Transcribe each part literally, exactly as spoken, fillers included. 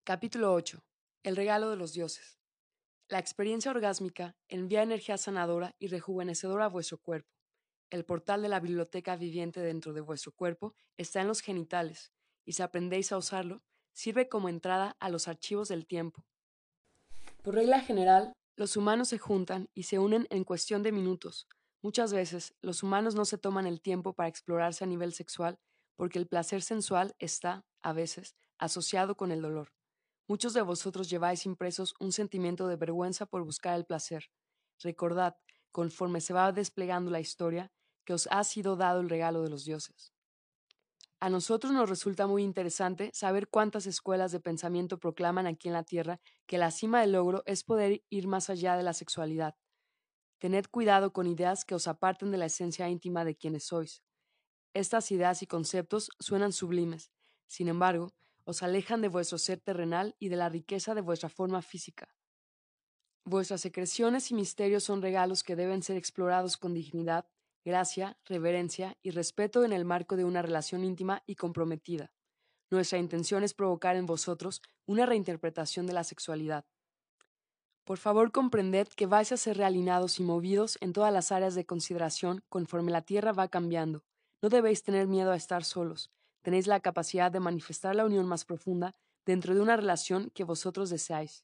Capítulo ocho. El regalo de los dioses. La experiencia orgásmica envía energía sanadora y rejuvenecedora a vuestro cuerpo. El portal de la biblioteca viviente dentro de vuestro cuerpo está en los genitales, y si aprendéis a usarlo, sirve como entrada a los archivos del tiempo. Por regla general, los humanos se juntan y se unen en cuestión de minutos. Muchas veces, los humanos no se toman el tiempo para explorarse a nivel sexual porque el placer sensual está, a veces, asociado con el dolor. Muchos de vosotros lleváis impresos un sentimiento de vergüenza por buscar el placer. Recordad, conforme se va desplegando la historia, que os ha sido dado el regalo de los dioses. A nosotros nos resulta muy interesante saber cuántas escuelas de pensamiento proclaman aquí en la Tierra que la cima del logro es poder ir más allá de la sexualidad. Tened cuidado con ideas que os aparten de la esencia íntima de quienes sois. Estas ideas y conceptos suenan sublimes, sin embargo, os alejan de vuestro ser terrenal y de la riqueza de vuestra forma física. Vuestras secreciones y misterios son regalos que deben ser explorados con dignidad, gracia, reverencia y respeto en el marco de una relación íntima y comprometida. Nuestra intención es provocar en vosotros una reinterpretación de la sexualidad. Por favor, comprended que vais a ser realinados y movidos en todas las áreas de consideración conforme la Tierra va cambiando. No debéis tener miedo a estar solos. Tenéis la capacidad de manifestar la unión más profunda dentro de una relación que vosotros deseáis.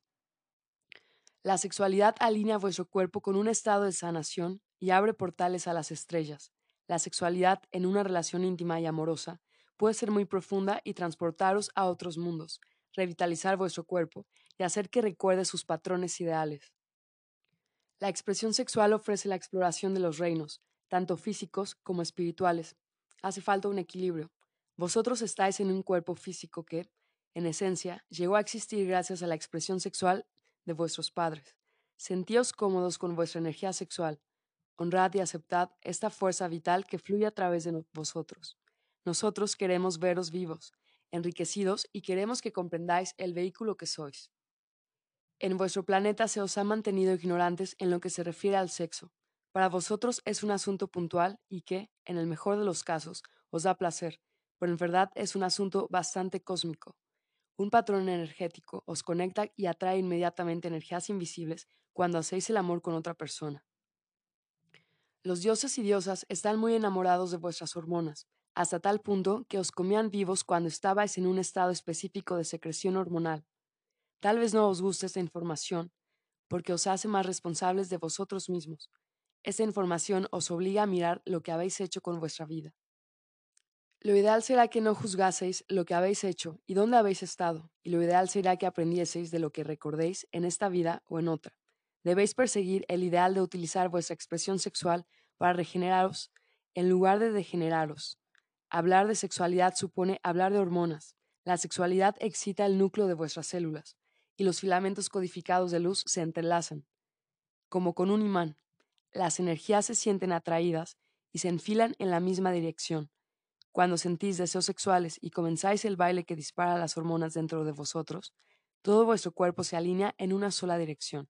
La sexualidad alinea vuestro cuerpo con un estado de sanación y abre portales a las estrellas. La sexualidad en una relación íntima y amorosa puede ser muy profunda y transportaros a otros mundos, revitalizar vuestro cuerpo y hacer que recuerde sus patrones ideales. La expresión sexual ofrece la exploración de los reinos, tanto físicos como espirituales. Hace falta un equilibrio. Vosotros estáis en un cuerpo físico que, en esencia, llegó a existir gracias a la expresión sexual de vuestros padres. Sentíos cómodos con vuestra energía sexual. Honrad y aceptad esta fuerza vital que fluye a través de vosotros. Nosotros queremos veros vivos, enriquecidos y queremos que comprendáis el vehículo que sois. En vuestro planeta se os ha mantenido ignorantes en lo que se refiere al sexo. Para vosotros es un asunto puntual y que, en el mejor de los casos, os da placer, pero en verdad es un asunto bastante cósmico. Un patrón energético os conecta y atrae inmediatamente energías invisibles cuando hacéis el amor con otra persona. Los dioses y diosas están muy enamorados de vuestras hormonas, hasta tal punto que os comían vivos cuando estabais en un estado específico de secreción hormonal. Tal vez no os guste esta información, porque os hace más responsables de vosotros mismos. Esta información os obliga a mirar lo que habéis hecho con vuestra vida. Lo ideal será que no juzgaseis lo que habéis hecho y dónde habéis estado, y lo ideal será que aprendieseis de lo que recordéis en esta vida o en otra. Debéis perseguir el ideal de utilizar vuestra expresión sexual para regeneraros en lugar de degeneraros. Hablar de sexualidad supone hablar de hormonas. La sexualidad excita el núcleo de vuestras células, y los filamentos codificados de luz se entrelazan. Como con un imán, las energías se sienten atraídas y se enfilan en la misma dirección. Cuando sentís deseos sexuales y comenzáis el baile que dispara las hormonas dentro de vosotros, todo vuestro cuerpo se alinea en una sola dirección.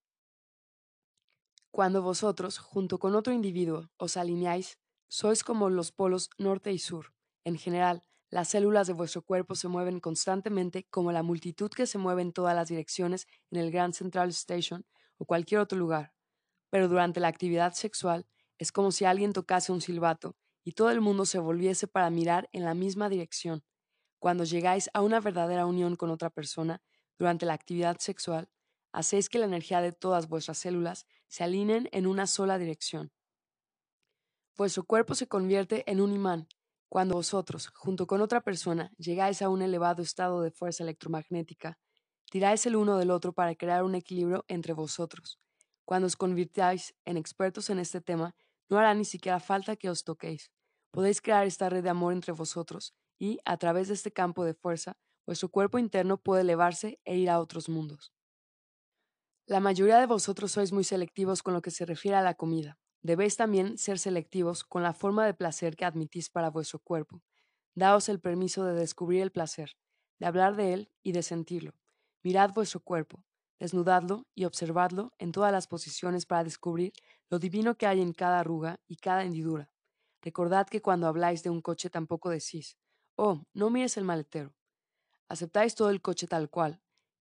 Cuando vosotros, junto con otro individuo, os alineáis, sois como los polos norte y sur. En general, las células de vuestro cuerpo se mueven constantemente como la multitud que se mueve en todas las direcciones en el Grand Central Station o cualquier otro lugar. Pero durante la actividad sexual es como si alguien tocase un silbato y todo el mundo se volviese para mirar en la misma dirección. Cuando llegáis a una verdadera unión con otra persona, durante la actividad sexual, hacéis que la energía de todas vuestras células se alineen en una sola dirección. Vuestro cuerpo se convierte en un imán. Cuando vosotros, junto con otra persona, llegáis a un elevado estado de fuerza electromagnética, tiráis el uno del otro para crear un equilibrio entre vosotros. Cuando os convirtáis en expertos en este tema, no hará ni siquiera falta que os toquéis. Podéis crear esta red de amor entre vosotros y, a través de este campo de fuerza, vuestro cuerpo interno puede elevarse e ir a otros mundos. La mayoría de vosotros sois muy selectivos con lo que se refiere a la comida. Debéis también ser selectivos con la forma de placer que admitís para vuestro cuerpo. Daos el permiso de descubrir el placer, de hablar de él y de sentirlo. Mirad vuestro cuerpo, desnudadlo y observadlo en todas las posiciones para descubrir lo divino que hay en cada arruga y cada hendidura. Recordad que cuando habláis de un coche tampoco decís, oh, no mires el maletero. Aceptáis todo el coche tal cual,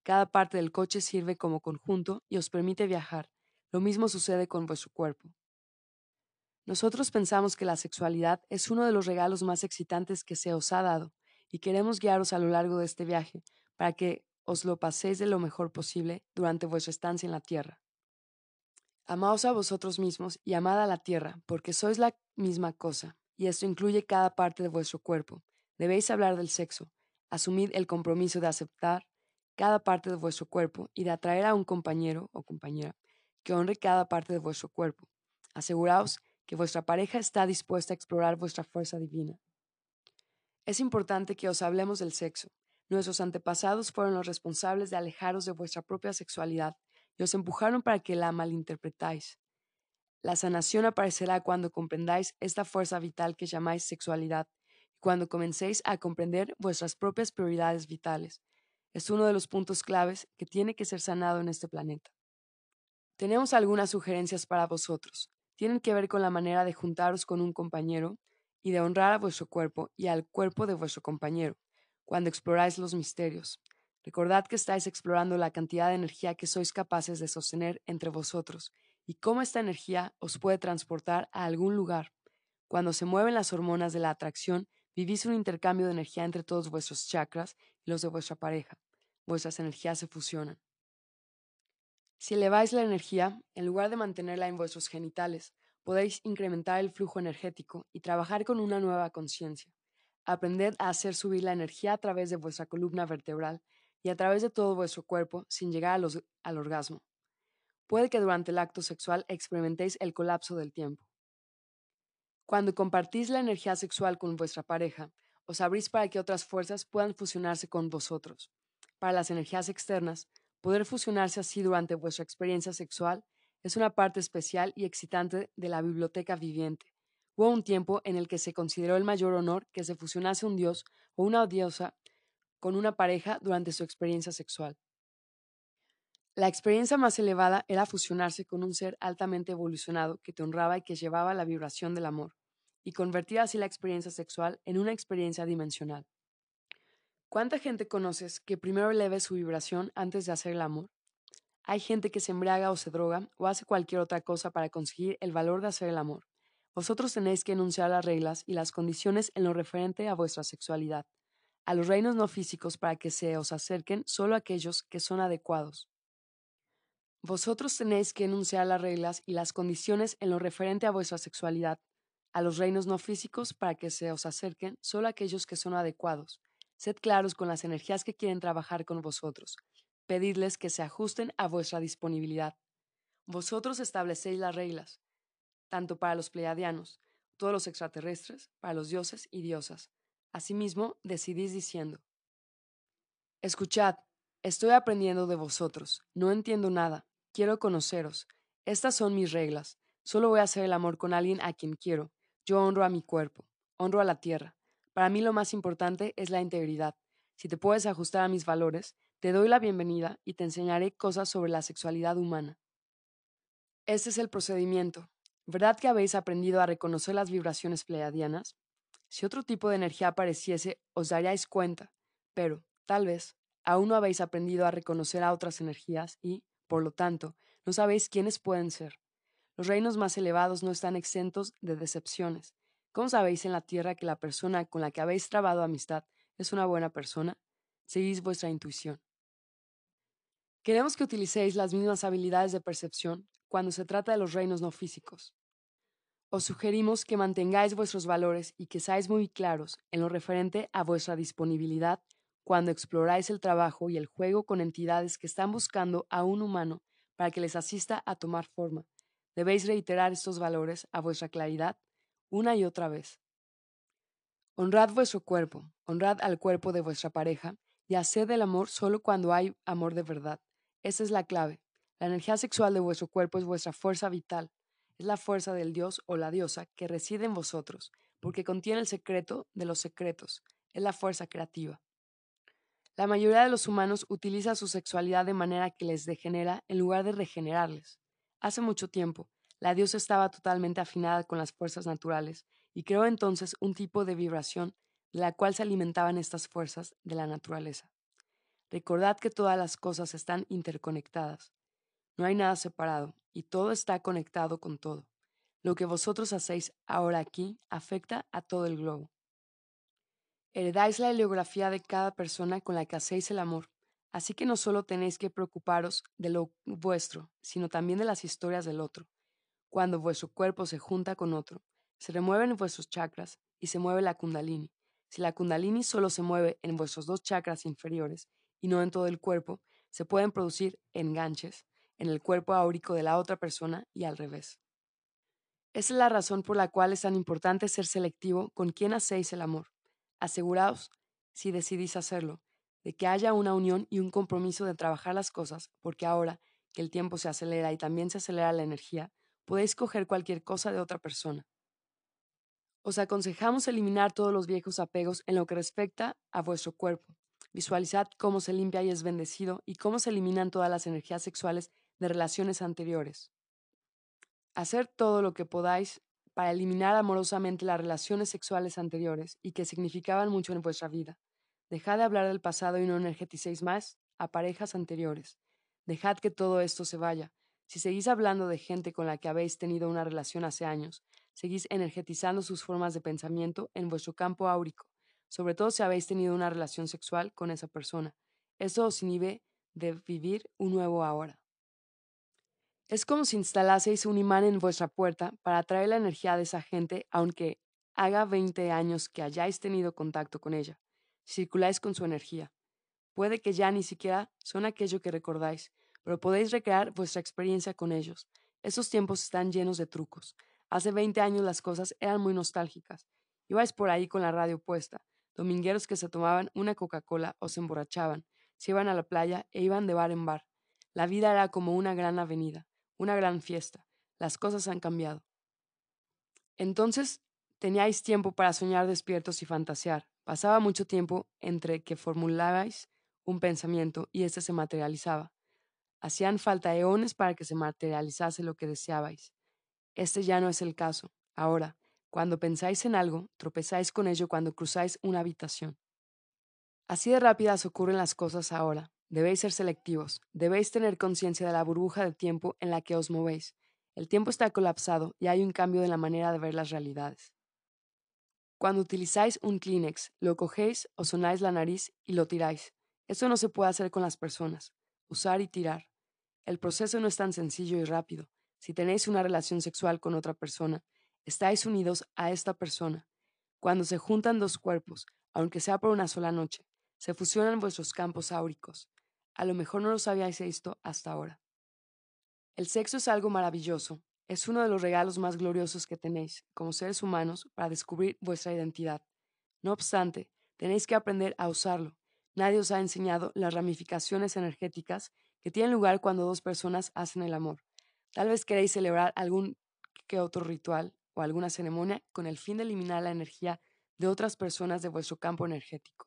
Cada parte del coche sirve como conjunto y os permite viajar. Lo mismo sucede con vuestro cuerpo. Nosotros pensamos que la sexualidad es uno de los regalos más excitantes que se os ha dado y queremos guiaros a lo largo de este viaje para que os lo paséis de lo mejor posible durante vuestra estancia en la tierra. Amaos a vosotros mismos y amad a la tierra, porque sois la misma cosa, y esto incluye cada parte de vuestro cuerpo. Debéis hablar del sexo. Asumid el compromiso de aceptar cada parte de vuestro cuerpo y de atraer a un compañero o compañera que honre cada parte de vuestro cuerpo. Aseguraos que vuestra pareja está dispuesta a explorar vuestra fuerza divina. Es importante que os hablemos del sexo. Nuestros antepasados fueron los responsables de alejaros de vuestra propia sexualidad y os empujaron para que la malinterpretáis. La sanación aparecerá cuando comprendáis esta fuerza vital que llamáis sexualidad y cuando comencéis a comprender vuestras propias prioridades vitales. Es uno de los puntos claves que tiene que ser sanado en este planeta. Tenemos algunas sugerencias para vosotros. Tienen que ver con la manera de juntaros con un compañero y de honrar a vuestro cuerpo y al cuerpo de vuestro compañero cuando exploráis los misterios. Recordad que estáis explorando la cantidad de energía que sois capaces de sostener entre vosotros y cómo esta energía os puede transportar a algún lugar. Cuando se mueven las hormonas de la atracción, vivís un intercambio de energía entre todos vuestros chakras y los de vuestra pareja. Vuestras energías se fusionan. Si eleváis la energía, en lugar de mantenerla en vuestros genitales, podéis incrementar el flujo energético y trabajar con una nueva conciencia. Aprended a hacer subir la energía a través de vuestra columna vertebral y a través de todo vuestro cuerpo sin llegar a los, al orgasmo. Puede que durante el acto sexual experimentéis el colapso del tiempo. Cuando compartís la energía sexual con vuestra pareja, os abrís para que otras fuerzas puedan fusionarse con vosotros. Para las energías externas, poder fusionarse así durante vuestra experiencia sexual es una parte especial y excitante de la biblioteca viviente. Hubo un tiempo en el que se consideró el mayor honor que se fusionase un dios o una diosa con una pareja durante su experiencia sexual. La experiencia más elevada era fusionarse con un ser altamente evolucionado que te honraba y que llevaba la vibración del amor, y convertir así la experiencia sexual en una experiencia dimensional. ¿Cuánta gente conoces que primero eleve su vibración antes de hacer el amor? Hay gente que se embriaga o se droga o hace cualquier otra cosa para conseguir el valor de hacer el amor. Vosotros tenéis que enunciar las reglas y las condiciones en lo referente a vuestra sexualidad, a los reinos no físicos para que se os acerquen solo aquellos que son adecuados. Vosotros tenéis que enunciar las reglas y las condiciones en lo referente a vuestra sexualidad, a los reinos no físicos para que se os acerquen solo aquellos que son adecuados. Sed claros con las energías que quieren trabajar con vosotros. Pedidles que se ajusten a vuestra disponibilidad. Vosotros establecéis las reglas, tanto para los pleiadianos, todos los extraterrestres, para los dioses y diosas. Asimismo, decidís diciendo: escuchad, estoy aprendiendo de vosotros, no entiendo nada, quiero conoceros. Estas son mis reglas. Solo voy a hacer el amor con alguien a quien quiero. Yo honro a mi cuerpo, honro a la tierra. Para mí lo más importante es la integridad. Si te puedes ajustar a mis valores, te doy la bienvenida y te enseñaré cosas sobre la sexualidad humana. Este es el procedimiento. ¿Verdad que habéis aprendido a reconocer las vibraciones pleiadianas? Si otro tipo de energía apareciese, os daríais cuenta, pero, tal vez, aún no habéis aprendido a reconocer a otras energías y, por lo tanto, no sabéis quiénes pueden ser. Los reinos más elevados no están exentos de decepciones. ¿Cómo sabéis en la tierra que la persona con la que habéis trabado amistad es una buena persona? Seguís vuestra intuición. Queremos que utilicéis las mismas habilidades de percepción cuando se trata de los reinos no físicos. Os sugerimos que mantengáis vuestros valores y que seáis muy claros en lo referente a vuestra disponibilidad cuando exploráis el trabajo y el juego con entidades que están buscando a un humano para que les asista a tomar forma. Debéis reiterar estos valores a vuestra claridad una y otra vez. Honrad vuestro cuerpo, honrad al cuerpo de vuestra pareja y haced el amor solo cuando hay amor de verdad. Esa es la clave. La energía sexual de vuestro cuerpo es vuestra fuerza vital. Es la fuerza del dios o la diosa que reside en vosotros, porque contiene el secreto de los secretos. Es la fuerza creativa. La mayoría de los humanos utiliza su sexualidad de manera que les degenera en lugar de regenerarles. Hace mucho tiempo, la diosa estaba totalmente afinada con las fuerzas naturales y creó entonces un tipo de vibración de la cual se alimentaban estas fuerzas de la naturaleza. Recordad que todas las cosas están interconectadas. No hay nada separado y todo está conectado con todo. Lo que vosotros hacéis ahora aquí afecta a todo el globo. Heredáis la heliografía de cada persona con la que hacéis el amor, así que no solo tenéis que preocuparos de lo vuestro, sino también de las historias del otro. Cuando vuestro cuerpo se junta con otro, se remueven vuestros chakras y se mueve la kundalini. Si la kundalini solo se mueve en vuestros dos chakras inferiores y no en todo el cuerpo, se pueden producir enganches en el cuerpo áurico de la otra persona y al revés. Esa es la razón por la cual es tan importante ser selectivo con quién hacéis el amor. Aseguraos, si decidís hacerlo, de que haya una unión y un compromiso de trabajar las cosas, porque ahora que el tiempo se acelera y también se acelera la energía, podéis coger cualquier cosa de otra persona. Os aconsejamos eliminar todos los viejos apegos en lo que respecta a vuestro cuerpo. Visualizad cómo se limpia y es bendecido y cómo se eliminan todas las energías sexuales de relaciones anteriores. Hacer todo lo que podáis para eliminar amorosamente las relaciones sexuales anteriores y que significaban mucho en vuestra vida. Dejad de hablar del pasado y no energeticéis más a parejas anteriores. Dejad que todo esto se vaya. Si seguís hablando de gente con la que habéis tenido una relación hace años, seguís energetizando sus formas de pensamiento en vuestro campo áurico, sobre todo si habéis tenido una relación sexual con esa persona. Eso os inhibe de vivir un nuevo ahora. Es como si instalaseis un imán en vuestra puerta para atraer la energía de esa gente, aunque haga veinte años que hayáis tenido contacto con ella. Circuláis con su energía. Puede que ya ni siquiera son aquello que recordáis, pero podéis recrear vuestra experiencia con ellos. Esos tiempos están llenos de trucos. Hace veinte años las cosas eran muy nostálgicas. Ibais por ahí con la radio puesta, domingueros que se tomaban una Coca-Cola o se emborrachaban, se iban a la playa e iban de bar en bar. La vida era como una gran avenida, una gran fiesta. Las cosas han cambiado. Entonces teníais tiempo para soñar despiertos y fantasear. Pasaba mucho tiempo entre que formulabais un pensamiento y éste se materializaba. Hacían falta eones para que se materializase lo que deseabais. Este ya no es el caso. Ahora, cuando pensáis en algo, tropezáis con ello cuando cruzáis una habitación. Así de rápidas ocurren las cosas ahora. Debéis ser selectivos. Debéis tener conciencia de la burbuja de tiempo en la que os movéis. El tiempo está colapsado y hay un cambio en la manera de ver las realidades. Cuando utilizáis un Kleenex, lo cogéis o sonáis la nariz y lo tiráis. Eso no se puede hacer con las personas. Usar y tirar. El proceso no es tan sencillo y rápido. Si tenéis una relación sexual con otra persona, estáis unidos a esta persona. Cuando se juntan dos cuerpos, aunque sea por una sola noche, se fusionan vuestros campos áuricos. A lo mejor no lo sabíais esto hasta ahora. El sexo es algo maravilloso. Es uno de los regalos más gloriosos que tenéis, como seres humanos, para descubrir vuestra identidad. No obstante, tenéis que aprender a usarlo. Nadie os ha enseñado las ramificaciones energéticas que tienen lugar cuando dos personas hacen el amor. Tal vez queréis celebrar algún que otro ritual o alguna ceremonia con el fin de eliminar la energía de otras personas de vuestro campo energético.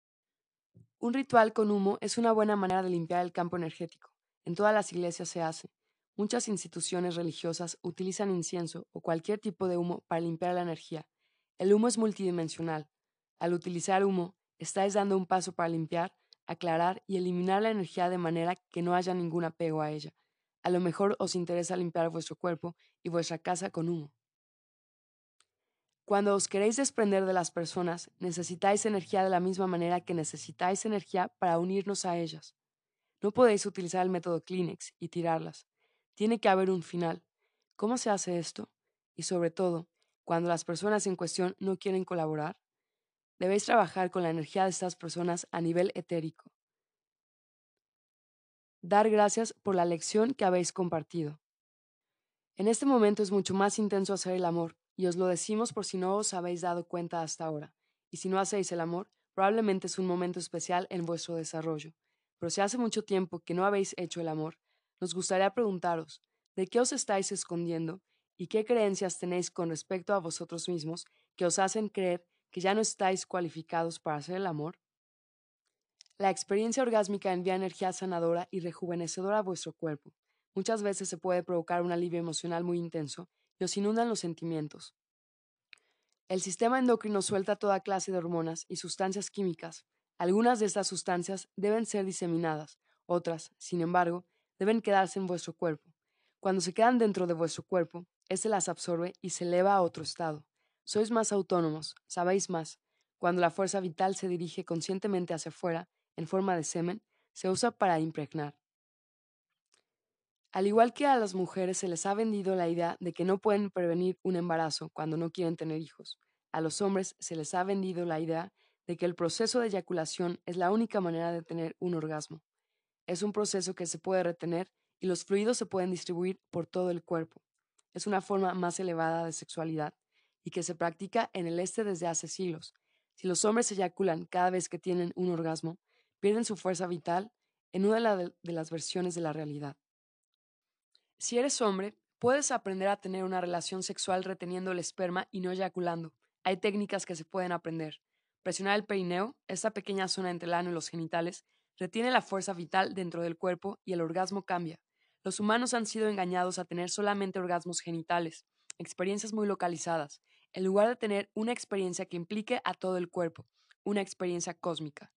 Un ritual con humo es una buena manera de limpiar el campo energético. En todas las iglesias se hace. Muchas instituciones religiosas utilizan incienso o cualquier tipo de humo para limpiar la energía. El humo es multidimensional. Al utilizar humo, estáis dando un paso para limpiar, aclarar y eliminar la energía de manera que no haya ningún apego a ella. A lo mejor os interesa limpiar vuestro cuerpo y vuestra casa con humo. Cuando os queréis desprender de las personas, necesitáis energía de la misma manera que necesitáis energía para unirnos a ellas. No podéis utilizar el método Kleenex y tirarlas. Tiene que haber un final. ¿Cómo se hace esto? Y sobre todo, cuando las personas en cuestión no quieren colaborar, debéis trabajar con la energía de estas personas a nivel etérico. Dar gracias por la lección que habéis compartido. En este momento es mucho más intenso hacer el amor, y os lo decimos por si no os habéis dado cuenta hasta ahora. Y si no hacéis el amor, probablemente es un momento especial en vuestro desarrollo. Pero si hace mucho tiempo que no habéis hecho el amor, nos gustaría preguntaros, ¿de qué os estáis escondiendo y qué creencias tenéis con respecto a vosotros mismos que os hacen creer que ya no estáis cualificados para hacer el amor? La experiencia orgásmica envía energía sanadora y rejuvenecedora a vuestro cuerpo. Muchas veces se puede provocar un alivio emocional muy intenso y os inundan los sentimientos. El sistema endocrino suelta toda clase de hormonas y sustancias químicas. Algunas de estas sustancias deben ser diseminadas, otras, sin embargo, deben quedarse en vuestro cuerpo. Cuando se quedan dentro de vuestro cuerpo, éste las absorbe y se eleva a otro estado. Sois más autónomos, sabéis más. Cuando la fuerza vital se dirige conscientemente hacia afuera, en forma de semen, se usa para impregnar. Al igual que a las mujeres se les ha vendido la idea de que no pueden prevenir un embarazo cuando no quieren tener hijos, a los hombres se les ha vendido la idea de que el proceso de eyaculación es la única manera de tener un orgasmo. Es un proceso que se puede retener y los fluidos se pueden distribuir por todo el cuerpo. Es una forma más elevada de sexualidad y que se practica en el este desde hace siglos. Si los hombres eyaculan cada vez que tienen un orgasmo, pierden su fuerza vital en una de, la de, de las versiones de la realidad. Si eres hombre, puedes aprender a tener una relación sexual reteniendo el esperma y no eyaculando. Hay técnicas que se pueden aprender. Presionar el perineo, esta pequeña zona entre el ano y los genitales, retiene la fuerza vital dentro del cuerpo y el orgasmo cambia. Los humanos han sido engañados a tener solamente orgasmos genitales, experiencias muy localizadas, en lugar de tener una experiencia que implique a todo el cuerpo, una experiencia cósmica.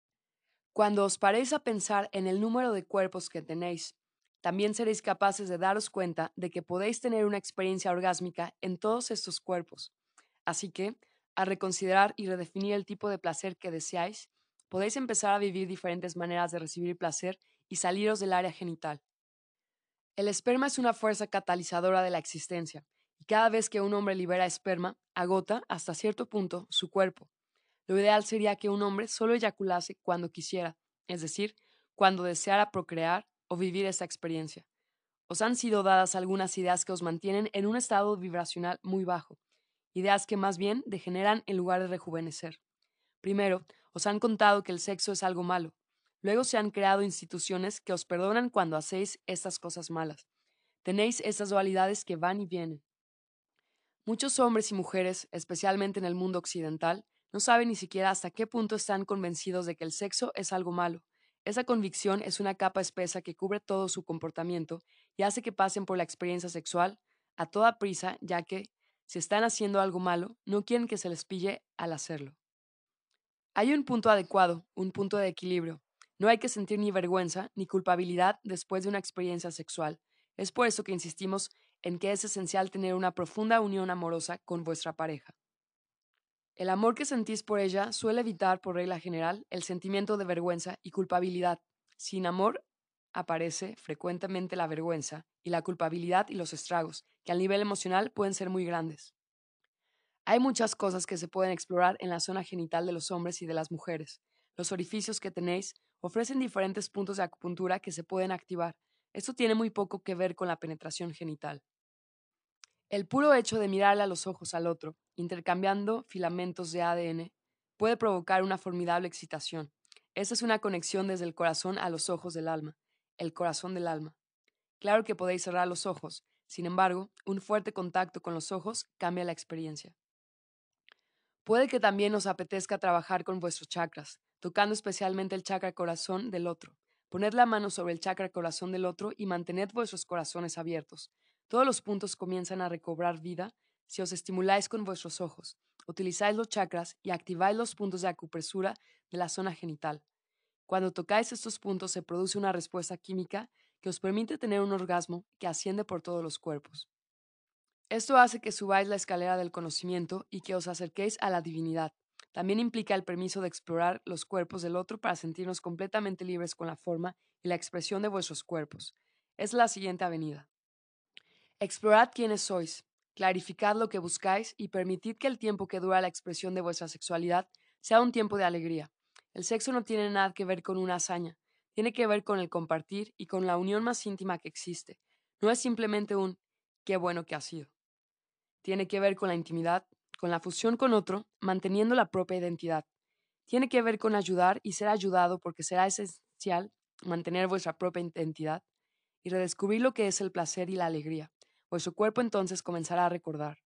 Cuando os paréis a pensar en el número de cuerpos que tenéis, también seréis capaces de daros cuenta de que podéis tener una experiencia orgásmica en todos estos cuerpos. Así que, al reconsiderar y redefinir el tipo de placer que deseáis, podéis empezar a vivir diferentes maneras de recibir placer y saliros del área genital. El esperma es una fuerza catalizadora de la existencia, y cada vez que un hombre libera esperma, agota, hasta cierto punto, su cuerpo. Lo ideal sería que un hombre solo eyaculase cuando quisiera, es decir, cuando deseara procrear o vivir esta experiencia. Os han sido dadas algunas ideas que os mantienen en un estado vibracional muy bajo, ideas que más bien degeneran en lugar de rejuvenecer. Primero, os han contado que el sexo es algo malo. Luego se han creado instituciones que os perdonan cuando hacéis estas cosas malas. Tenéis estas dualidades que van y vienen. Muchos hombres y mujeres, especialmente en el mundo occidental, no saben ni siquiera hasta qué punto están convencidos de que el sexo es algo malo. Esa convicción es una capa espesa que cubre todo su comportamiento y hace que pasen por la experiencia sexual a toda prisa, ya que, si están haciendo algo malo, no quieren que se les pille al hacerlo. Hay un punto adecuado, un punto de equilibrio. No hay que sentir ni vergüenza ni culpabilidad después de una experiencia sexual. Es por eso que insistimos en que es esencial tener una profunda unión amorosa con vuestra pareja. El amor que sentís por ella suele evitar, por regla general, el sentimiento de vergüenza y culpabilidad. Sin amor aparece frecuentemente la vergüenza y la culpabilidad y los estragos, que al nivel emocional pueden ser muy grandes. Hay muchas cosas que se pueden explorar en la zona genital de los hombres y de las mujeres. Los orificios que tenéis ofrecen diferentes puntos de acupuntura que se pueden activar. Esto tiene muy poco que ver con la penetración genital. El puro hecho de mirarle a los ojos al otro, intercambiando filamentos de A D N, puede provocar una formidable excitación. Esta es una conexión desde el corazón a los ojos del alma, el corazón del alma. Claro que podéis cerrar los ojos, sin embargo, un fuerte contacto con los ojos cambia la experiencia. Puede que también os apetezca trabajar con vuestros chakras, tocando especialmente el chakra corazón del otro. Poned la mano sobre el chakra corazón del otro y mantened vuestros corazones abiertos. Todos los puntos comienzan a recobrar vida si os estimuláis con vuestros ojos, utilizáis los chakras y activáis los puntos de acupresura de la zona genital. Cuando tocáis estos puntos se produce una respuesta química que os permite tener un orgasmo que asciende por todos los cuerpos. Esto hace que subáis la escalera del conocimiento y que os acerquéis a la divinidad. También implica el permiso de explorar los cuerpos del otro para sentirnos completamente libres con la forma y la expresión de vuestros cuerpos. Es la siguiente avenida. Explorad quiénes sois, clarificad lo que buscáis y permitid que el tiempo que dura la expresión de vuestra sexualidad sea un tiempo de alegría. El sexo no tiene nada que ver con una hazaña, tiene que ver con el compartir y con la unión más íntima que existe. No es simplemente un qué bueno que ha sido. Tiene que ver con la intimidad, con la fusión con otro, manteniendo la propia identidad. Tiene que ver con ayudar y ser ayudado porque será esencial mantener vuestra propia identidad y redescubrir lo que es el placer y la alegría. Vuestro cuerpo entonces comenzará a recordar.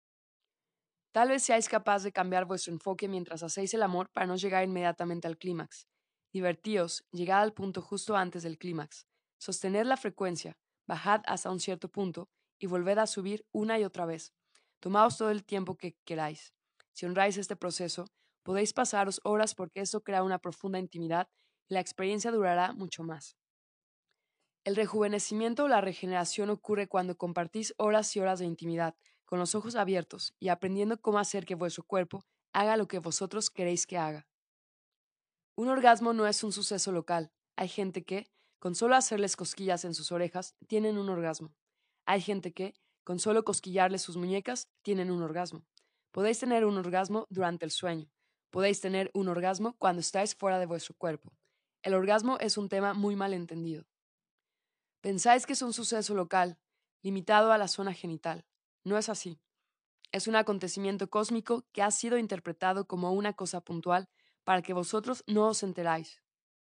Tal vez seáis capaz de cambiar vuestro enfoque mientras hacéis el amor para no llegar inmediatamente al clímax. Divertíos, llegad al punto justo antes del clímax. Sostened la frecuencia, bajad hasta un cierto punto y volved a subir una y otra vez. Tomaos todo el tiempo que queráis. Si honráis este proceso, Podéis pasaros horas porque eso crea una profunda intimidad y la experiencia durará mucho más. El rejuvenecimiento o la regeneración ocurre cuando compartís horas y horas de intimidad, con los ojos abiertos y aprendiendo cómo hacer que vuestro cuerpo haga lo que vosotros queréis que haga. Un orgasmo no es un suceso local. Hay gente que, con solo hacerles cosquillas en sus orejas, tienen un orgasmo. Hay gente que, con solo cosquillarles sus muñecas, tienen un orgasmo. Podéis tener un orgasmo durante el sueño. Podéis tener un orgasmo cuando estáis fuera de vuestro cuerpo. El orgasmo es un tema muy mal entendido. Pensáis que es un suceso local, limitado a la zona genital. No es así. Es un acontecimiento cósmico que ha sido interpretado como una cosa puntual para que vosotros no os enteráis.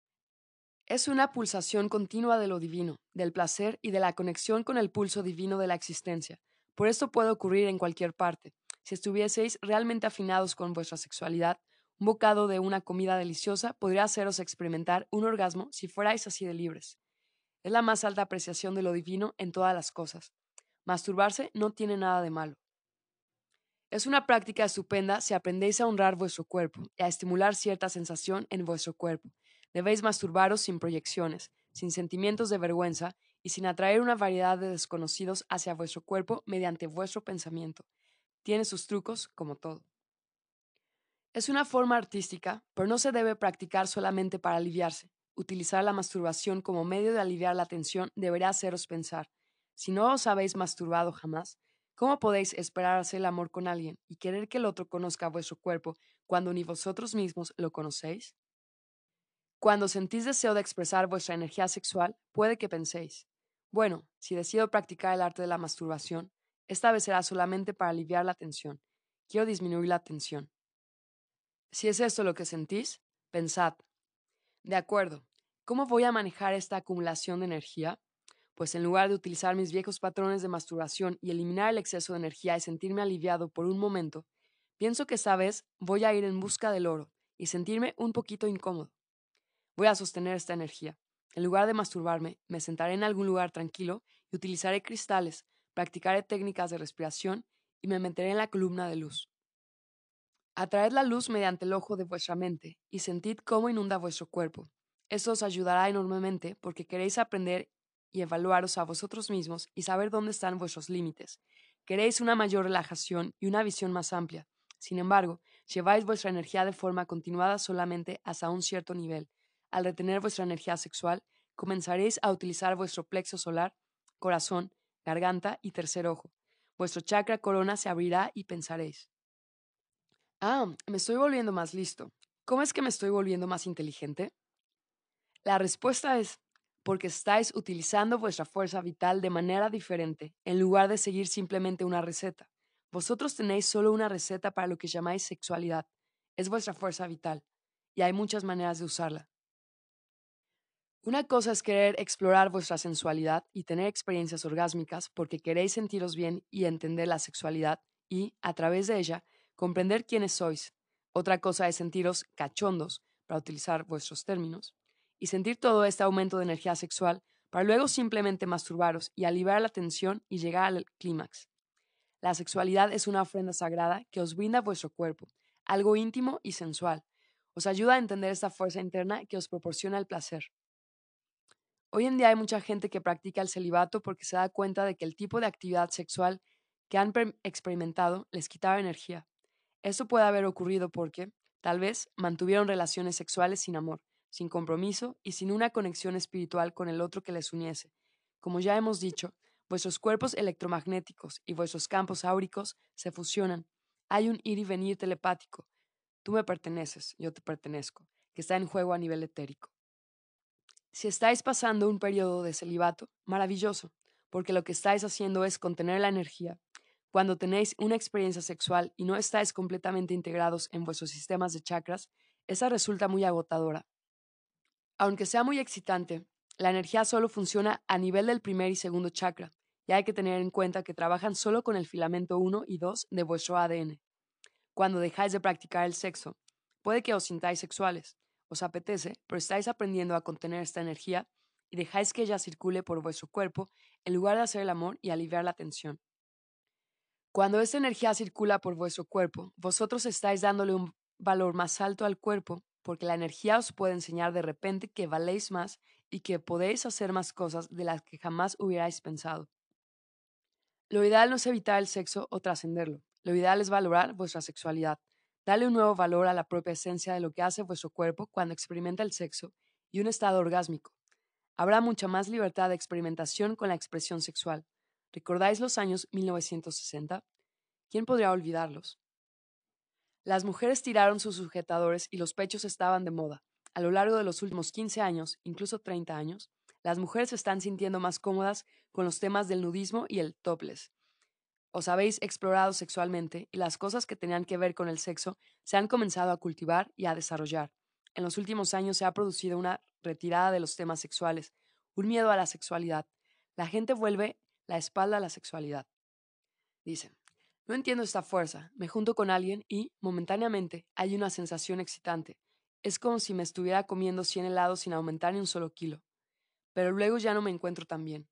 Es una pulsación continua de lo divino, del placer y de la conexión con el pulso divino de la existencia. Por esto puede ocurrir en cualquier parte. Si estuvieseis realmente afinados con vuestra sexualidad, un bocado de una comida deliciosa podría haceros experimentar un orgasmo si fuerais así de libres. Es la más alta apreciación de lo divino en todas las cosas. Masturbarse no tiene nada de malo. Es una práctica estupenda si aprendéis a honrar vuestro cuerpo y a estimular cierta sensación en vuestro cuerpo. Debéis masturbaros sin proyecciones, sin sentimientos de vergüenza y sin atraer una variedad de desconocidos hacia vuestro cuerpo mediante vuestro pensamiento. Tiene sus trucos, como todo. Es una forma artística, pero no se debe practicar solamente para aliviarse. Utilizar la masturbación como medio de aliviar la tensión deberá haceros pensar. Si no os habéis masturbado jamás, ¿cómo podéis esperar hacer el amor con alguien y querer que el otro conozca vuestro cuerpo cuando ni vosotros mismos lo conocéis? Cuando sentís deseo de expresar vuestra energía sexual, puede que penséis, bueno, si decido practicar el arte de la masturbación, esta vez será solamente para aliviar la tensión. Quiero disminuir la tensión. Si es esto lo que sentís, pensad, de acuerdo, ¿cómo voy a manejar esta acumulación de energía? Pues en lugar de utilizar mis viejos patrones de masturbación y eliminar el exceso de energía y sentirme aliviado por un momento, pienso que esta vez voy a ir en busca del oro y sentirme un poquito incómodo. Voy a sostener esta energía. En lugar de masturbarme, me sentaré en algún lugar tranquilo y utilizaré cristales, practicaré técnicas de respiración y me meteré en la columna de luz. Atraed la luz mediante el ojo de vuestra mente y sentid cómo inunda vuestro cuerpo. Esto os ayudará enormemente porque queréis aprender y evaluaros a vosotros mismos y saber dónde están vuestros límites. Queréis una mayor relajación y una visión más amplia. Sin embargo, lleváis vuestra energía de forma continuada solamente hasta un cierto nivel. Al retener vuestra energía sexual, comenzaréis a utilizar vuestro plexo solar, corazón, garganta y tercer ojo. Vuestro chakra corona se abrirá y pensaréis: ah, me estoy volviendo más listo. ¿Cómo es que me estoy volviendo más inteligente? La respuesta es porque estáis utilizando vuestra fuerza vital de manera diferente, en lugar de seguir simplemente una receta. Vosotros tenéis solo una receta para lo que llamáis sexualidad. Es vuestra fuerza vital, y hay muchas maneras de usarla. Una cosa es querer explorar vuestra sensualidad y tener experiencias orgásmicas porque queréis sentiros bien y entender la sexualidad y, a través de ella, comprender quiénes sois. Otra cosa es sentiros cachondos, para utilizar vuestros términos, y sentir todo este aumento de energía sexual para luego simplemente masturbaros y aliviar la tensión y llegar al clímax. La sexualidad es una ofrenda sagrada que os brinda vuestro cuerpo, algo íntimo y sensual. Os ayuda a entender esta fuerza interna que os proporciona el placer. Hoy en día hay mucha gente que practica el celibato porque se da cuenta de que el tipo de actividad sexual que han experimentado les quitaba energía. Esto puede haber ocurrido porque, tal vez, mantuvieron relaciones sexuales sin amor, sin compromiso y sin una conexión espiritual con el otro que les uniese. Como ya hemos dicho, vuestros cuerpos electromagnéticos y vuestros campos áuricos se fusionan. Hay un ir y venir telepático. Tú me perteneces, yo te pertenezco, que está en juego a nivel etérico. Si estáis pasando un periodo de celibato, maravilloso, porque lo que estáis haciendo es contener la energía. Cuando tenéis una experiencia sexual y no estáis completamente integrados en vuestros sistemas de chakras, esa resulta muy agotadora. Aunque sea muy excitante, la energía solo funciona a nivel del primer y segundo chakra, y hay que tener en cuenta que trabajan solo con el filamento uno y dos de vuestro A D N. Cuando dejáis de practicar el sexo, puede que os sintáis sexuales, os apetece, pero estáis aprendiendo a contener esta energía y dejáis que ella circule por vuestro cuerpo en lugar de hacer el amor y aliviar la tensión. Cuando esta energía circula por vuestro cuerpo, vosotros estáis dándole un valor más alto al cuerpo porque la energía os puede enseñar de repente que valéis más y que podéis hacer más cosas de las que jamás hubierais pensado. Lo ideal no es evitar el sexo o trascenderlo. Lo ideal es valorar vuestra sexualidad. Darle un nuevo valor a la propia esencia de lo que hace vuestro cuerpo cuando experimenta el sexo y un estado orgásmico. Habrá mucha más libertad de experimentación con la expresión sexual. ¿Recordáis los años mil novecientos sesenta? ¿Quién podría olvidarlos? Las mujeres tiraron sus sujetadores y los pechos estaban de moda. A lo largo de los últimos quince años, incluso treinta años, las mujeres se están sintiendo más cómodas con los temas del nudismo y el topless. Os habéis explorado sexualmente y las cosas que tenían que ver con el sexo se han comenzado a cultivar y a desarrollar. En los últimos años se ha producido una retirada de los temas sexuales, un miedo a la sexualidad. La gente vuelve la espalda a la sexualidad. Dicen, no entiendo esta fuerza, me junto con alguien y, momentáneamente, hay una sensación excitante. Es como si me estuviera comiendo cien helados sin aumentar ni un solo kilo. Pero luego ya no me encuentro tan bien.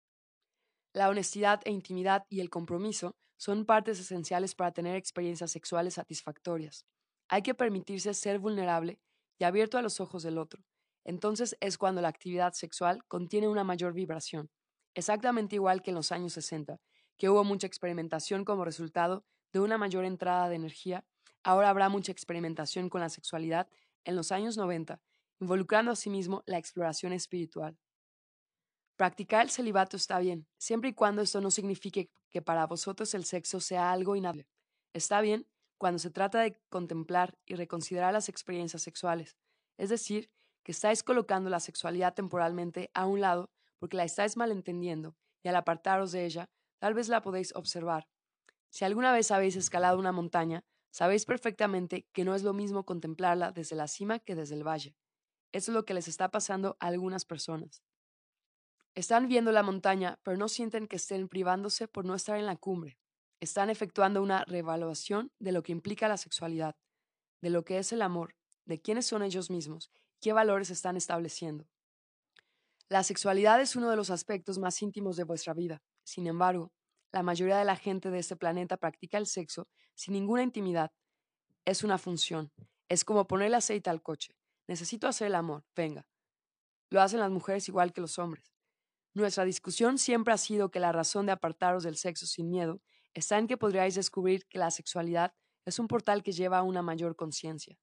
La honestidad e intimidad y el compromiso son partes esenciales para tener experiencias sexuales satisfactorias. Hay que permitirse ser vulnerable y abierto a los ojos del otro. Entonces es cuando la actividad sexual contiene una mayor vibración. Exactamente igual que en los años sesenta, que hubo mucha experimentación como resultado de una mayor entrada de energía, ahora habrá mucha experimentación con la sexualidad en los años noventa, involucrando asimismo la exploración espiritual. Practicar el celibato está bien, siempre y cuando esto no signifique que para vosotros el sexo sea algo inhábil. Está bien cuando se trata de contemplar y reconsiderar las experiencias sexuales, es decir, que estáis colocando la sexualidad temporalmente a un lado porque la estáis malentendiendo y al apartaros de ella, tal vez la podéis observar. Si alguna vez habéis escalado una montaña, sabéis perfectamente que no es lo mismo contemplarla desde la cima que desde el valle. Eso es lo que les está pasando a algunas personas. Están viendo la montaña, pero no sienten que estén privándose por no estar en la cumbre. Están efectuando una reevaluación de lo que implica la sexualidad, de lo que es el amor, de quiénes son ellos mismos, qué valores están estableciendo. La sexualidad es uno de los aspectos más íntimos de vuestra vida. Sin embargo, la mayoría de la gente de este planeta practica el sexo sin ninguna intimidad. Es una función. Es como ponerle aceite al coche. Necesito hacer el amor, venga. Lo hacen las mujeres igual que los hombres. Nuestra discusión siempre ha sido que la razón de apartaros del sexo sin miedo está en que podríais descubrir que la sexualidad es un portal que lleva a una mayor conciencia.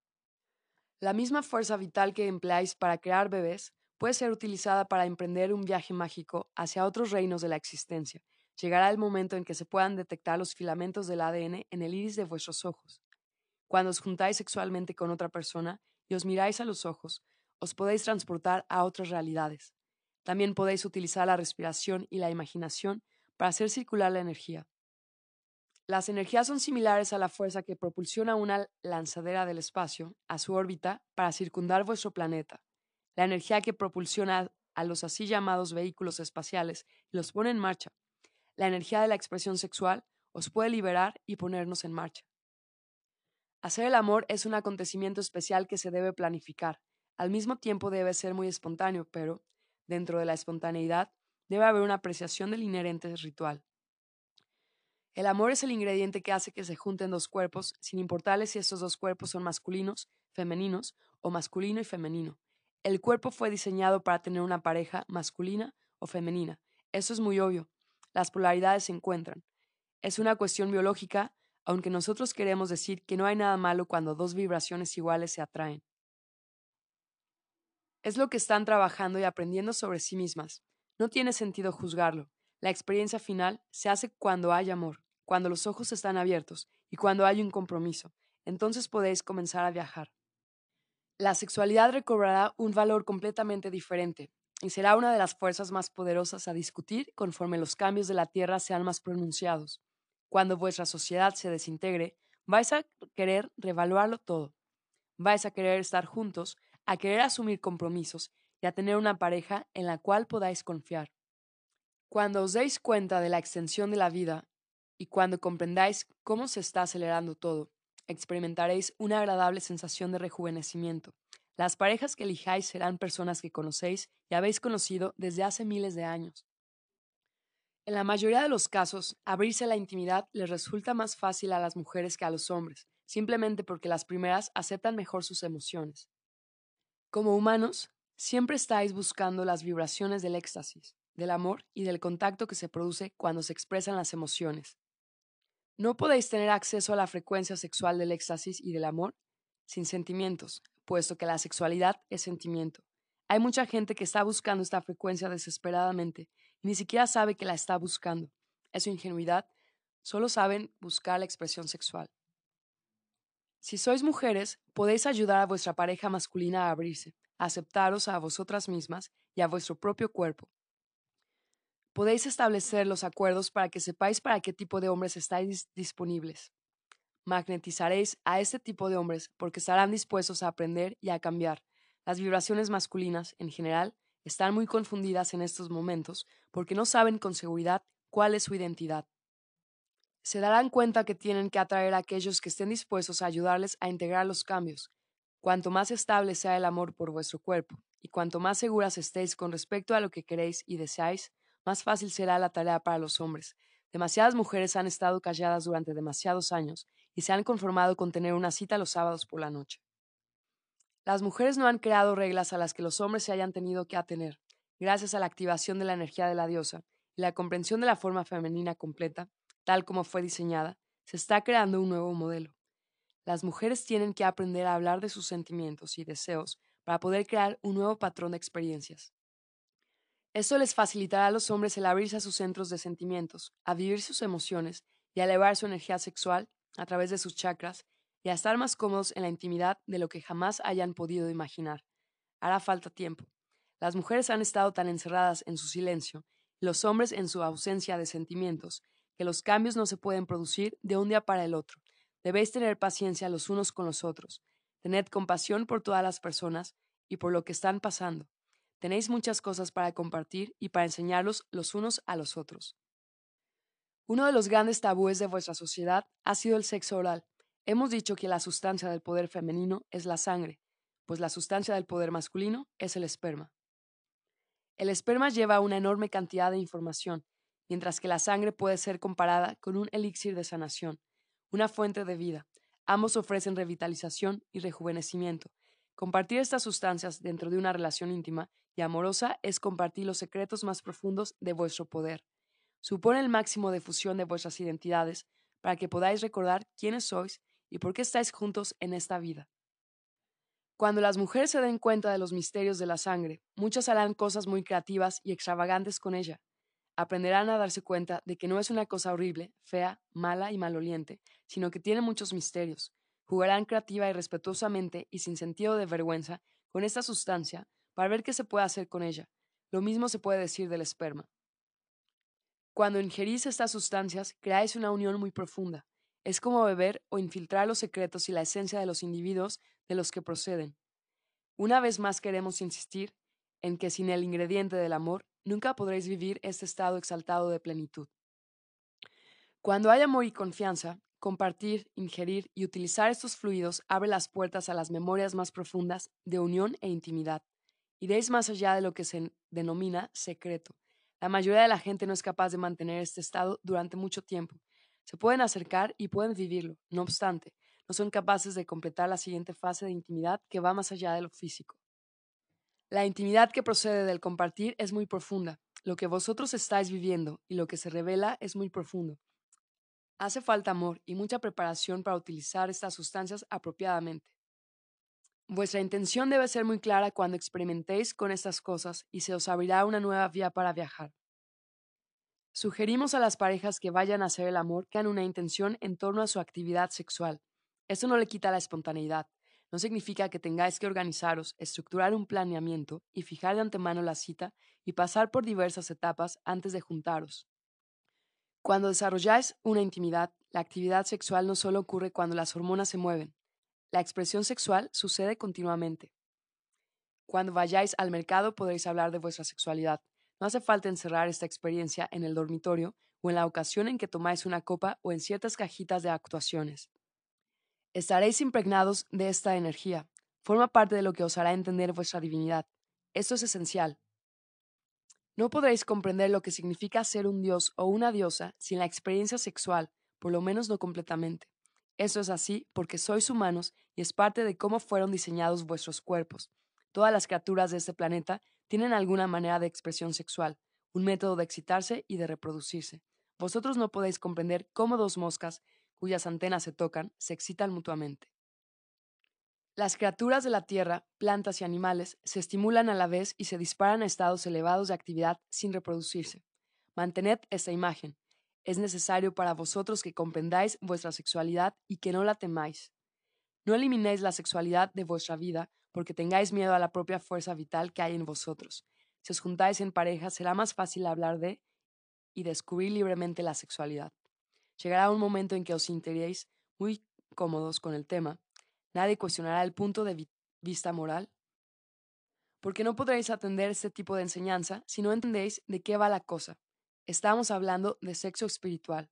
La misma fuerza vital que empleáis para crear bebés puede ser utilizada para emprender un viaje mágico hacia otros reinos de la existencia. Llegará el momento en que se puedan detectar los filamentos del A D N en el iris de vuestros ojos. Cuando os juntáis sexualmente con otra persona y os miráis a los ojos, os podéis transportar a otras realidades. También podéis utilizar la respiración y la imaginación para hacer circular la energía. Las energías son similares a la fuerza que propulsiona una lanzadera del espacio a su órbita para circundar vuestro planeta. La energía que propulsiona a los así llamados vehículos espaciales y los pone en marcha. La energía de la expresión sexual os puede liberar y ponernos en marcha. Hacer el amor es un acontecimiento especial que se debe planificar. Al mismo tiempo debe ser muy espontáneo, pero, dentro de la espontaneidad, debe haber una apreciación del inherente ritual. El amor es el ingrediente que hace que se junten dos cuerpos, sin importarles si estos dos cuerpos son masculinos, femeninos o masculino y femenino. El cuerpo fue diseñado para tener una pareja masculina o femenina. Eso es muy obvio. Las polaridades se encuentran. Es una cuestión biológica, aunque nosotros queremos decir que no hay nada malo cuando dos vibraciones iguales se atraen. Es lo que están trabajando y aprendiendo sobre sí mismas. No tiene sentido juzgarlo. La experiencia final se hace cuando hay amor, cuando los ojos están abiertos y cuando hay un compromiso. Entonces podéis comenzar a viajar. La sexualidad recobrará un valor completamente diferente y será una de las fuerzas más poderosas a discutir conforme los cambios de la Tierra sean más pronunciados. Cuando vuestra sociedad se desintegre, vais a querer revaluarlo todo. Vais a querer estar juntos, a querer asumir compromisos y a tener una pareja en la cual podáis confiar. Cuando os deis cuenta de la extensión de la vida y cuando comprendáis cómo se está acelerando todo, experimentaréis una agradable sensación de rejuvenecimiento. Las parejas que elijáis serán personas que conocéis y habéis conocido desde hace miles de años. En la mayoría de los casos, abrirse a la intimidad les resulta más fácil a las mujeres que a los hombres, simplemente porque las primeras aceptan mejor sus emociones. Como humanos, siempre estáis buscando las vibraciones del éxtasis, del amor y del contacto que se produce cuando se expresan las emociones. No podéis tener acceso a la frecuencia sexual del éxtasis y del amor sin sentimientos, puesto que la sexualidad es sentimiento. Hay mucha gente que está buscando esta frecuencia desesperadamente y ni siquiera sabe que la está buscando. Es su ingenuidad, solo saben buscar la expresión sexual. Si sois mujeres, podéis ayudar a vuestra pareja masculina a abrirse, a aceptaros a vosotras mismas y a vuestro propio cuerpo. Podéis establecer los acuerdos para que sepáis para qué tipo de hombres estáis disponibles. Magnetizaréis a este tipo de hombres porque estarán dispuestos a aprender y a cambiar. Las vibraciones masculinas, en general, están muy confundidas en estos momentos porque no saben con seguridad cuál es su identidad. Se darán cuenta que tienen que atraer a aquellos que estén dispuestos a ayudarles a integrar los cambios. Cuanto más estable sea el amor por vuestro cuerpo y cuanto más seguras estéis con respecto a lo que queréis y deseáis, más fácil será la tarea para los hombres. Demasiadas mujeres han estado calladas durante demasiados años y se han conformado con tener una cita los sábados por la noche. Las mujeres no han creado reglas a las que los hombres se hayan tenido que atener. Gracias a la activación de la energía de la diosa y la comprensión de la forma femenina completa, tal como fue diseñada, se está creando un nuevo modelo. Las mujeres tienen que aprender a hablar de sus sentimientos y deseos para poder crear un nuevo patrón de experiencias. Esto les facilitará a los hombres el abrirse a sus centros de sentimientos, a vivir sus emociones y a elevar su energía sexual a través de sus chakras y a estar más cómodos en la intimidad de lo que jamás hayan podido imaginar. Hará falta tiempo. Las mujeres han estado tan encerradas en su silencio y los hombres en su ausencia de sentimientos que los cambios no se pueden producir de un día para el otro. Debéis tener paciencia los unos con los otros. Tened compasión por todas las personas y por lo que están pasando. Tenéis muchas cosas para compartir y para enseñarlos los unos a los otros. Uno de los grandes tabúes de vuestra sociedad ha sido el sexo oral. Hemos dicho que la sustancia del poder femenino es la sangre, pues la sustancia del poder masculino es el esperma. El esperma lleva una enorme cantidad de información, mientras que la sangre puede ser comparada con un elixir de sanación, una fuente de vida. Ambos ofrecen revitalización y rejuvenecimiento. Compartir estas sustancias dentro de una relación íntima y amorosa es compartir los secretos más profundos de vuestro poder. Supone el máximo de fusión de vuestras identidades para que podáis recordar quiénes sois y por qué estáis juntos en esta vida. Cuando las mujeres se den cuenta de los misterios de la sangre, muchas harán cosas muy creativas y extravagantes con ella. Aprenderán a darse cuenta de que no es una cosa horrible, fea, mala y maloliente, sino que tiene muchos misterios. Jugarán creativa y respetuosamente y sin sentido de vergüenza con esta sustancia para ver qué se puede hacer con ella. Lo mismo se puede decir del esperma. Cuando ingerís estas sustancias, creáis una unión muy profunda. Es como beber o infiltrar los secretos y la esencia de los individuos de los que proceden. Una vez más queremos insistir en que sin el ingrediente del amor, nunca podréis vivir este estado exaltado de plenitud. Cuando hay amor y confianza, compartir, ingerir y utilizar estos fluidos abre las puertas a las memorias más profundas de unión e intimidad. Iréis más allá de lo que se denomina secreto. La mayoría de la gente no es capaz de mantener este estado durante mucho tiempo. Se pueden acercar y pueden vivirlo, no obstante, no son capaces de completar la siguiente fase de intimidad que va más allá de lo físico. La intimidad que procede del compartir es muy profunda. Lo que vosotros estáis viviendo y lo que se revela es muy profundo. Hace falta amor y mucha preparación para utilizar estas sustancias apropiadamente. Vuestra intención debe ser muy clara cuando experimentéis con estas cosas y se os abrirá una nueva vía para viajar. Sugerimos a las parejas que vayan a hacer el amor que hagan una intención en torno a su actividad sexual. Esto no le quita la espontaneidad. No significa que tengáis que organizaros, estructurar un planeamiento y fijar de antemano la cita y pasar por diversas etapas antes de juntaros. Cuando desarrolláis una intimidad, la actividad sexual no solo ocurre cuando las hormonas se mueven. La expresión sexual sucede continuamente. Cuando vayáis al mercado podréis hablar de vuestra sexualidad. No hace falta encerrar esta experiencia en el dormitorio o en la ocasión en que tomáis una copa o en ciertas cajitas de actuaciones. Estaréis impregnados de esta energía. Forma parte de lo que os hará entender vuestra divinidad. Esto es esencial. No podréis comprender lo que significa ser un dios o una diosa sin la experiencia sexual, por lo menos no completamente. Eso es así porque sois humanos y es parte de cómo fueron diseñados vuestros cuerpos. Todas las criaturas de este planeta tienen alguna manera de expresión sexual, un método de excitarse y de reproducirse. Vosotros no podéis comprender cómo dos moscas, cuyas antenas se tocan, se excitan mutuamente. Las criaturas de la Tierra, plantas y animales, se estimulan a la vez y se disparan a estados elevados de actividad sin reproducirse. Mantened esta imagen. Es necesario para vosotros que comprendáis vuestra sexualidad y que no la temáis. No eliminéis la sexualidad de vuestra vida porque tengáis miedo a la propia fuerza vital que hay en vosotros. Si os juntáis en pareja, será más fácil hablar de y descubrir libremente la sexualidad. Llegará un momento en que os sentiréis muy cómodos con el tema. Nadie cuestionará el punto de vi- vista moral, porque no podréis atender este tipo de enseñanza si no entendéis de qué va la cosa. Estamos hablando de sexo espiritual.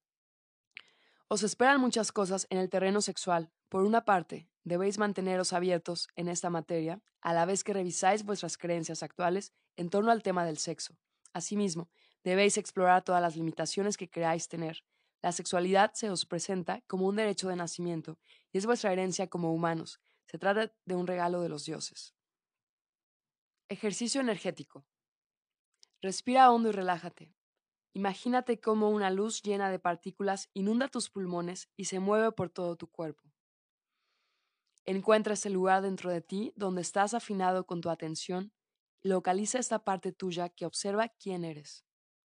Os esperan muchas cosas en el terreno sexual. Por una parte, debéis manteneros abiertos en esta materia, a la vez que revisáis vuestras creencias actuales en torno al tema del sexo. Asimismo, debéis explorar todas las limitaciones que creáis tener. La sexualidad se os presenta como un derecho de nacimiento y es vuestra herencia como humanos. Se trata de un regalo de los dioses. Ejercicio energético. Respira hondo y relájate. Imagínate cómo una luz llena de partículas inunda tus pulmones y se mueve por todo tu cuerpo. Encuentra ese lugar dentro de ti donde estás afinado con tu atención y localiza esta parte tuya que observa quién eres.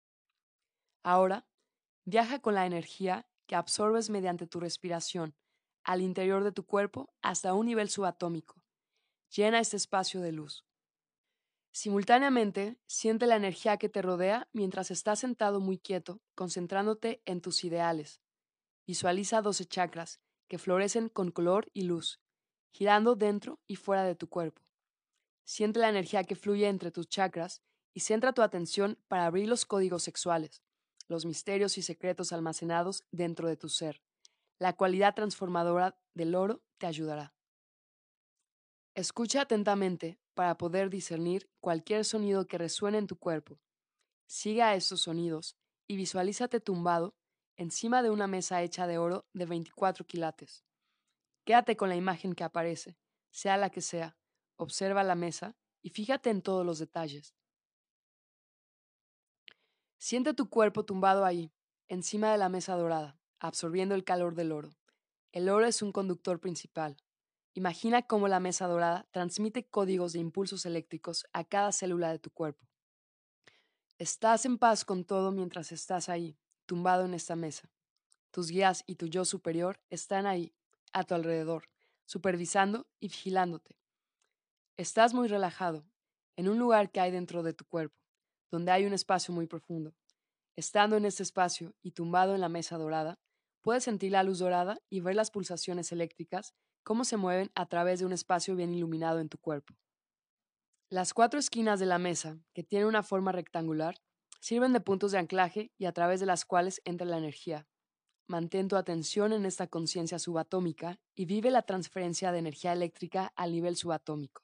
Ahora, viaja con la energía que absorbes mediante tu respiración al interior de tu cuerpo hasta un nivel subatómico. Llena este espacio de luz. Simultáneamente, siente la energía que te rodea mientras estás sentado muy quieto, concentrándote en tus ideales. Visualiza doce chakras que florecen con color y luz, girando dentro y fuera de tu cuerpo. Siente la energía que fluye entre tus chakras y centra tu atención para abrir los códigos sexuales, los misterios y secretos almacenados dentro de tu ser. La cualidad transformadora del oro te ayudará. Escucha atentamente para poder discernir cualquier sonido que resuene en tu cuerpo. Sigue a esos sonidos y visualízate tumbado encima de una mesa hecha de oro de veinticuatro quilates. Quédate con la imagen que aparece, sea la que sea. Observa la mesa y fíjate en todos los detalles. Siente tu cuerpo tumbado ahí, encima de la mesa dorada, absorbiendo el calor del oro. El oro es un conductor principal. Imagina cómo la mesa dorada transmite códigos de impulsos eléctricos a cada célula de tu cuerpo. Estás en paz con todo mientras estás ahí, tumbado en esta mesa. Tus guías y tu yo superior están ahí, a tu alrededor, supervisando y vigilándote. Estás muy relajado, en un lugar que hay dentro de tu cuerpo, donde hay un espacio muy profundo. Estando en este espacio y tumbado en la mesa dorada, puedes sentir la luz dorada y ver las pulsaciones eléctricas, cómo se mueven a través de un espacio bien iluminado en tu cuerpo. Las cuatro esquinas de la mesa, que tienen una forma rectangular, sirven de puntos de anclaje y a través de las cuales entra la energía. Mantén tu atención en esta conciencia subatómica y vive la transferencia de energía eléctrica al nivel subatómico.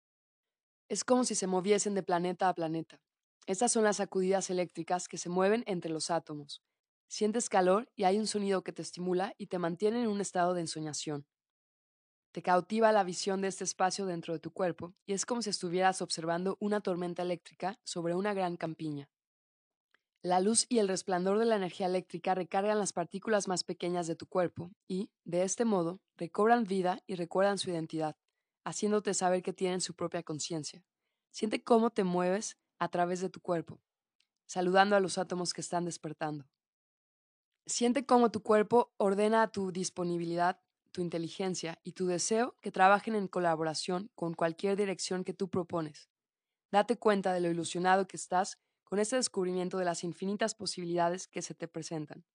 Es como si se moviesen de planeta a planeta. Estas son las sacudidas eléctricas que se mueven entre los átomos. Sientes calor y hay un sonido que te estimula y te mantiene en un estado de ensoñación. Te cautiva la visión de este espacio dentro de tu cuerpo y es como si estuvieras observando una tormenta eléctrica sobre una gran campiña. La luz y el resplandor de la energía eléctrica recargan las partículas más pequeñas de tu cuerpo y, de este modo, recobran vida y recuerdan su identidad, haciéndote saber que tienen su propia conciencia. Siente cómo te mueves a través de tu cuerpo, saludando a los átomos que están despertando. Siente cómo tu cuerpo ordena tu disponibilidad, tu inteligencia y tu deseo que trabajen en colaboración con cualquier dirección que tú propones. Date cuenta de lo ilusionado que estás con este descubrimiento de las infinitas posibilidades que se te presentan.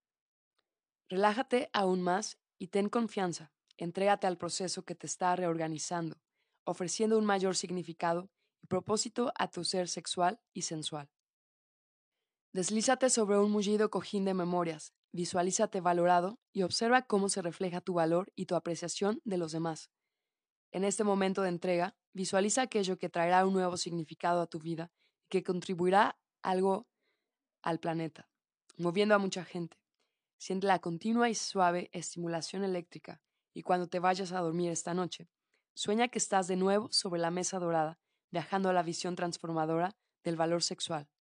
Relájate aún más y ten confianza. Entrégate al proceso que te está reorganizando, ofreciendo un mayor significado y propósito a tu ser sexual y sensual. Deslízate sobre un mullido cojín de memorias, visualízate valorado y observa cómo se refleja tu valor y tu apreciación de los demás. En este momento de entrega, visualiza aquello que traerá un nuevo significado a tu vida y que contribuirá algo al planeta, moviendo a mucha gente. Siente la continua y suave estimulación eléctrica y cuando te vayas a dormir esta noche, sueña que estás de nuevo sobre la mesa dorada, viajando a la visión transformadora del valor sexual,